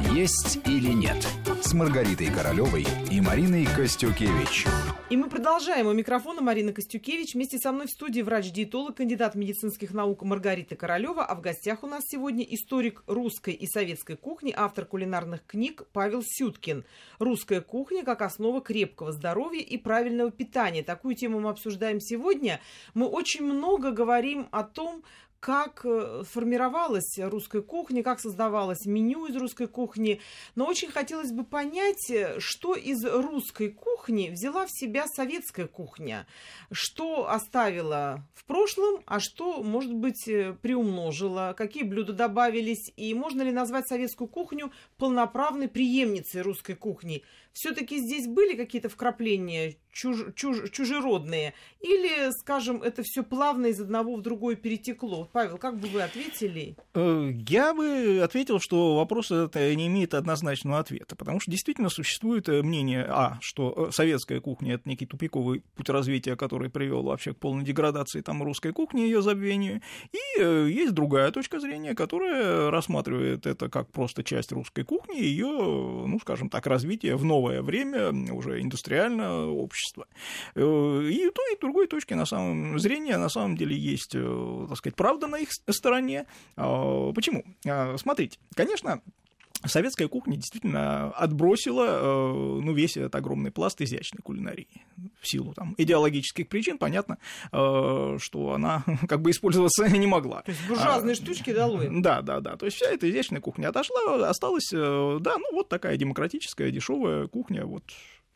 «Есть или нет» с Маргаритой Королевой и Мариной Костюкевич. И мы продолжаем. У микрофона Марина Костюкевич. Вместе со мной в студии врач-диетолог, кандидат медицинских наук Маргарита Королева. А в гостях у нас сегодня историк русской и советской кухни, автор кулинарных книг Павел Сюткин. «Русская кухня как основа крепкого здоровья и правильного питания». Такую тему мы обсуждаем сегодня. Мы очень много говорим о том, как формировалась русская кухня, как создавалось меню из русской кухни. Но очень хотелось бы понять, что из русской кухни взяла в себя советская кухня. Что оставила в прошлом, а что, может быть, приумножила, какие блюда добавились. И можно ли назвать советскую кухню полноправной преемницей русской кухни? Все-таки здесь были какие-то вкрапления чужеродные? Или, скажем, это все плавно из одного в другое перетекло? Павел, как бы вы ответили? Я бы ответил, что вопрос этот не имеет однозначного ответа, потому что действительно существует мнение, что советская кухня – это некий тупиковый путь развития, который привел вообще к полной деградации там русской кухни, ее забвению, и есть другая точка зрения, которая рассматривает это как просто часть русской кухни, ее, ну, скажем так, развитие в новое время, уже индустриальное общество. И той, и другой точки зрения на самом деле есть, так сказать, правда на их стороне. Почему? Смотрите, конечно, советская кухня действительно отбросила весь этот огромный пласт изящной кулинарии. В силу там идеологических причин понятно, что она как бы использоваться не могла. То есть буржуазные штучки долой. Да. То есть вся эта изящная кухня отошла, осталась, вот такая демократическая, дешевая кухня, вот.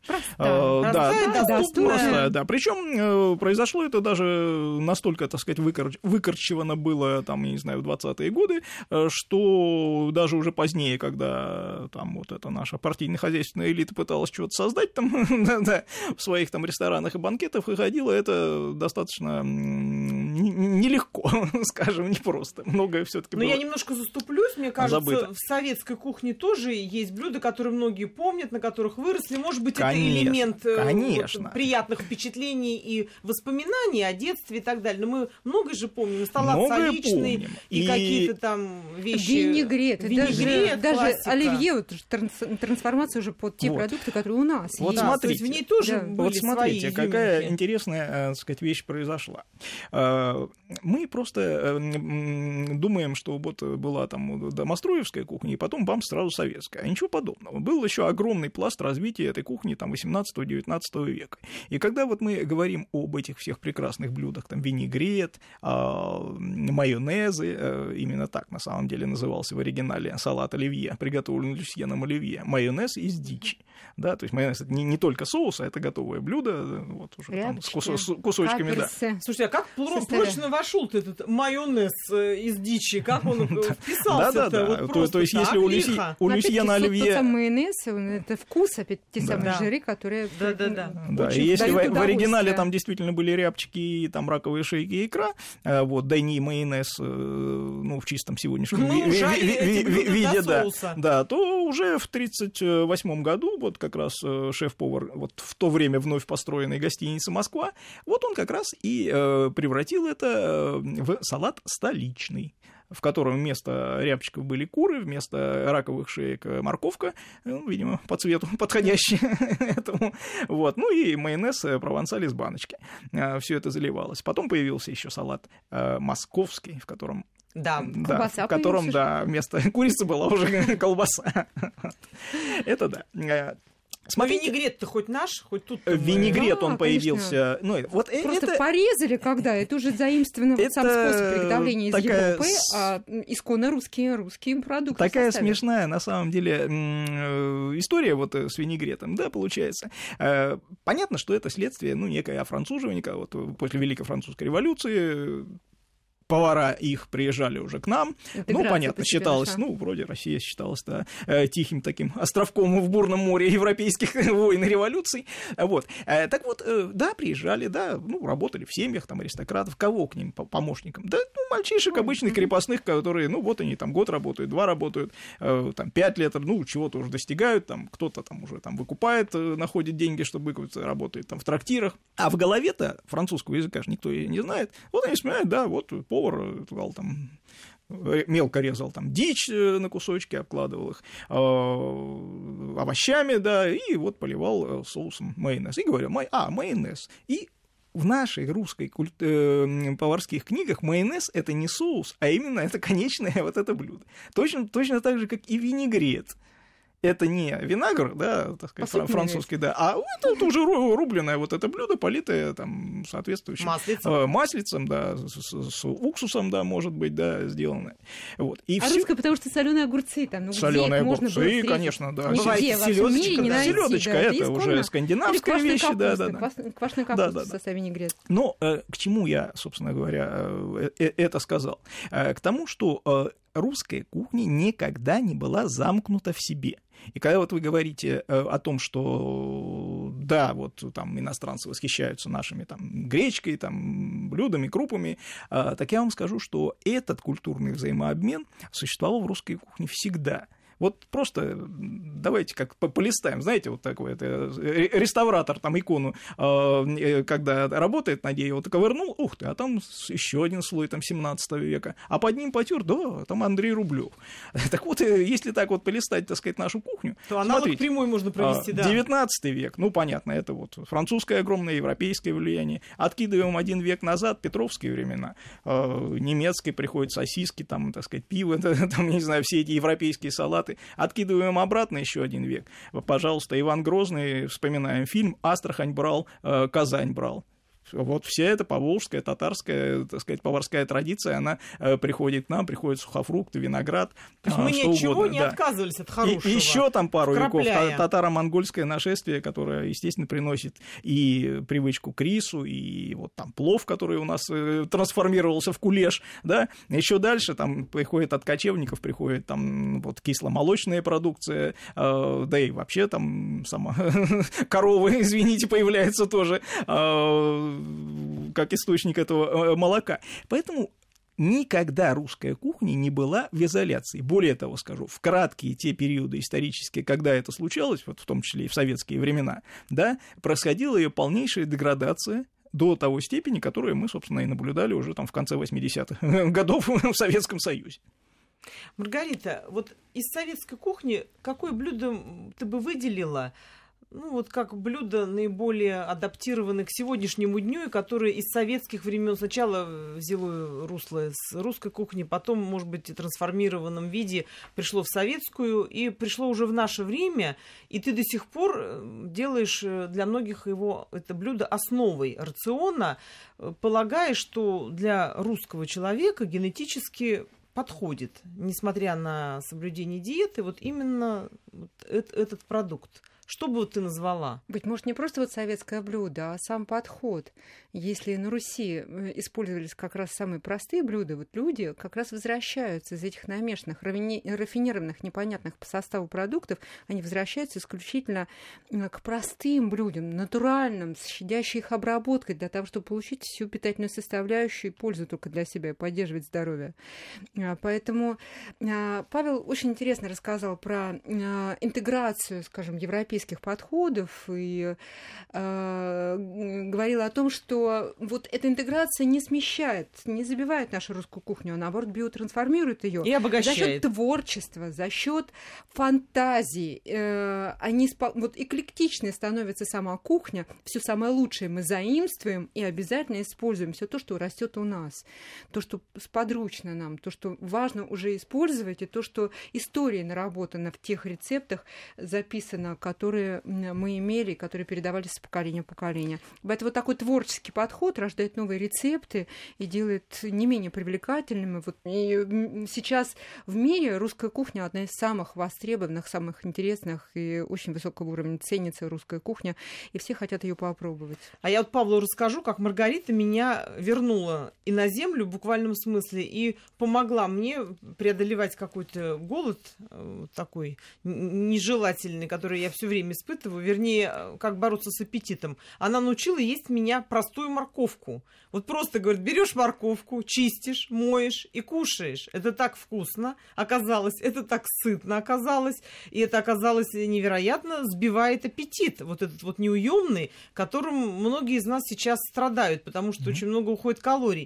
Простая. Причем произошло это даже настолько, так сказать, выкорчевано было, там, я не знаю, в 20-е годы, что даже уже позднее, когда там вот эта наша партийно-хозяйственная элита пыталась что-то создать там, в своих там ресторанах и банкетах, выходило это достаточно нелегко, скажем, непросто. Многое все-таки было. Но я немножко заступлюсь, мне кажется, забыто. в советской кухне тоже есть блюда, которые многие помнят, на которых выросли. Может быть, это элемент приятных впечатлений и воспоминаний о детстве и так далее. Но мы многое же помним. Салат столичный и какие-то там вещи. Винегрет, даже оливье, вот, трансформация уже под те продукты, которые у нас вот есть. Смотрите, то есть в ней тоже были смотрите, свои какая изюминки. интересная, так сказать, вещь произошла. Мы просто думаем, что вот была там домостроевская кухня, и потом бам, сразу советская. А ничего подобного. Был еще огромный пласт развития этой кухни там 18-19 века. И когда вот мы говорим об этих всех прекрасных блюдах, там винегрет, майонезы, именно так на самом деле назывался в оригинале салат оливье, приготовленный Люсьеном оливье, майонез из дичи. Да, то есть майонез — это не только соус, а это готовое блюдо, вот уже там, с кусочками. Да. Слушайте, а как прочно вошел этот майонез из дичи? Как он вписался-то? Да. То есть если у Люсьена оливье... Тот майонез, это вкус, опять те самые жиры, которые... Да, и если в оригинале там действительно были рябчики, там раковые шейки и икра, вот, да и не майонез, в чистом сегодняшнем виде, да, то уже в 1938 году вот как раз шеф-повар вот в то время вновь построенной гостиницы «Москва», вот он как раз и превратил это в салат столичный, в котором вместо рябчиков были куры, вместо раковых шеек морковка, видимо, по цвету подходящая этому, вот, и майонез провансаль из баночки. Все это заливалось. Потом появился еще салат московский, в котором вместо курицы была уже колбаса. Это да. Смотрите, винегрет-то хоть наш, хоть тут... Винегрет, он появился... Просто порезали когда? Это уже заимствовано сам способ приготовления из Европы, а исконно русские продукты. Такая смешная, на самом деле, история вот с винегретом, да, получается. Понятно, что это следствие, некое офранцуживание, вот после Великой Французской революции... Повара их приезжали уже к нам. Понятно, считалось, вроде Россия считалась тихим таким островком в бурном море европейских войн и революций. Вот. Так вот, да, приезжали, да, работали в семьях, там, аристократов. Кого к ним помощникам? Да, мальчишек обычных крепостных, которые, вот они там год работают, 2 работают, там, 5 лет, чего-то уже достигают, там, кто-то там уже там выкупает, находит деньги, чтобы выкупиться, работает там в трактирах. А в голове-то французского языка же никто и не знает. Вот они вспоминают, да, вот повар сказал там мелко резал там дичь на кусочки, обкладывал их овощами, да, и вот поливал соусом майонез. И говорил, майонез. И в нашей русской поварских книгах майонез — это не соус, а именно это конечное вот это блюдо. Точно так же, как и винегрет. Это не винагр, да, так сказать, французский, да, а это уже рубленое вот это блюдо, политое там соответствующим маслицем, да, с уксусом, да, может быть, да, сделанное. Вот. И русское, потому что соленые огурцы там, соленые огурцы, конечно, да. Селедочка, это уже скандинавская вещь, да. Квашеная капуста в составе винегрет. Но к чему я, собственно говоря, это сказал? К тому, что русская кухня никогда не была замкнута в себе. И когда вот вы говорите о том, что да, вот там иностранцы восхищаются нашими там гречкой, там блюдами, крупами, так я вам скажу, что этот культурный взаимообмен существовал в русской кухне всегда. Вот просто давайте как полистаем, знаете, вот такой реставратор там икону, когда работает над ней, вот ковырнул, ух ты, а там еще один слой там 17 века, а под ним потер, да, там Андрей Рублев. Так вот, если так вот полистать, так сказать, нашу кухню, то аналог прямой можно провести, да. 19 век, ну, понятно, это вот французское огромное европейское влияние, откидываем 1 век назад, петровские времена, немецкие приходят сосиски, там, так сказать, пиво, там, не знаю, все эти европейские салаты. Откидываем обратно еще 1 век. Пожалуйста, Иван Грозный, вспоминаем фильм, Астрахань брал, Казань брал. Вот вся эта поволжская, татарская, так сказать, поварская традиция, она приходит к нам, приходят сухофрукты, виноград. То есть мы ни от чего не отказывались от хорошего. И еще там пару веков татаро-монгольское нашествие, которое, естественно, приносит и привычку к рису, и вот там плов, который у нас трансформировался в кулеш, да. Еще дальше там приходит от кочевников, приходит там вот кисломолочная продукция, да и вообще там сама корова, извините, появляется тоже как источник этого молока. Поэтому никогда русская кухня не была в изоляции. Более того скажу, в краткие те периоды исторические, когда это случалось, вот в том числе и в советские времена, да, происходила ее полнейшая деградация до того степени, которую мы, собственно, и наблюдали уже там в конце 80-х годов в Советском Союзе. Маргарита, вот из советской кухни какое блюдо ты бы выделила? Ну, вот как блюдо наиболее адаптированное к сегодняшнему дню, и которое из советских времен сначала взяло русло с русской кухни, потом, может быть, в трансформированном виде пришло в советскую и пришло уже в наше время, и ты до сих пор делаешь для многих его это блюдо основой рациона, полагая, что для русского человека генетически подходит, несмотря на соблюдение диеты, вот именно вот этот продукт. Что бы ты назвала? Быть может, не просто вот советское блюдо, а сам подход. Если на Руси использовались как раз самые простые блюда, вот люди как раз возвращаются из этих намешанных, рафинированных, непонятных по составу продуктов, они возвращаются исключительно к простым блюдам, натуральным, с щадящей их обработкой, для того, чтобы получить всю питательную составляющую и пользу только для себя, и поддерживать здоровье. Поэтому Павел очень интересно рассказал про интеграцию, скажем, европейских подходов и говорила о том, что вот эта интеграция не смещает, не забивает нашу русскую кухню, а наоборот биотрансформирует ее и обогащает. За счет творчества, за счет фантазии. Они вот эклектичной становится сама кухня, все самое лучшее мы заимствуем и обязательно используем все то, что растет у нас, то, что сподручно нам, то, что важно уже использовать, и то, что историей наработано в тех рецептах, записано, которые мы имели, которые передавались с поколения в поколение. Поэтому вот такой творческий подход рождает новые рецепты и делает не менее привлекательными. Вот. И сейчас в мире русская кухня одна из самых востребованных, самых интересных, и очень высокого уровня ценится русская кухня, и все хотят ее попробовать. А я вот Павлу расскажу, как Маргарита меня вернула и на землю в буквальном смысле, и помогла мне преодолевать какой-то голод такой нежелательный, который я все время испытываю, вернее, как бороться с аппетитом. Она научила есть меня простую морковку. Вот просто, говорит, берешь морковку, чистишь, моешь и кушаешь. Это так вкусно оказалось, это так сытно оказалось, и это оказалось невероятно сбивает аппетит. Вот этот вот неуемный, которым многие из нас сейчас страдают, потому что очень много уходит калорий.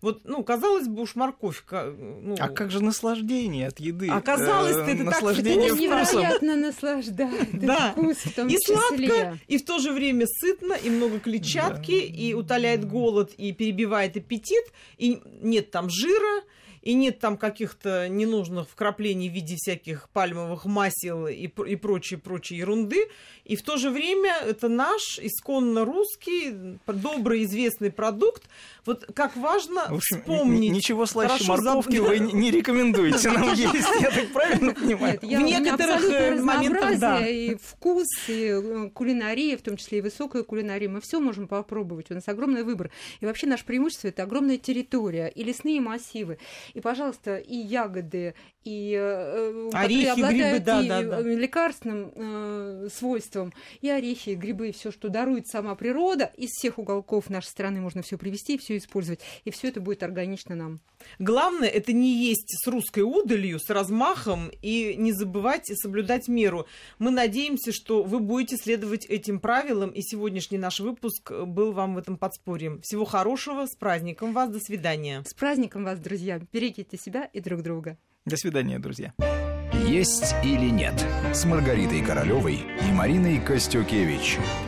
Вот, казалось бы, уж морковь... А как же наслаждение от еды? Оказалось, это наслаждение так невероятно наслаждает. Да. Вкус в том и числе. Сладко, и в то же время сытно, и много клетчатки, и утоляет голод, и перебивает аппетит, и нет там жира, и нет там каких-то ненужных вкраплений в виде всяких пальмовых масел и прочей ерунды. И в то же время это наш исконно русский, добрый, известный продукт. Вот как важно вспомнить. Ничего слаще морковки вы не рекомендуете нам есть, я так правильно понимаю? В некоторых моментах, да. И вкус, и кулинария, в том числе и высокая кулинария, мы все можем попробовать. У нас огромный выбор. И вообще наше преимущество — это огромная территория, и лесные массивы. И, пожалуйста, и ягоды, и орехи, грибы, да. лекарственным свойством, и орехи, и грибы, все, что дарует сама природа, из всех уголков нашей страны можно все привезти, все использовать, и все это будет органично нам. Главное, это не есть с русской удалью, с размахом, и не забывать соблюдать меру. Мы надеемся, что вы будете следовать этим правилам, и сегодняшний наш выпуск был вам в этом подспорьем. Всего хорошего, с праздником вас, до свидания. С праздником вас, друзья, берегите себя и друг друга. До свидания, друзья. «Есть или нет» с Маргаритой Королевой и Мариной Костюкевич.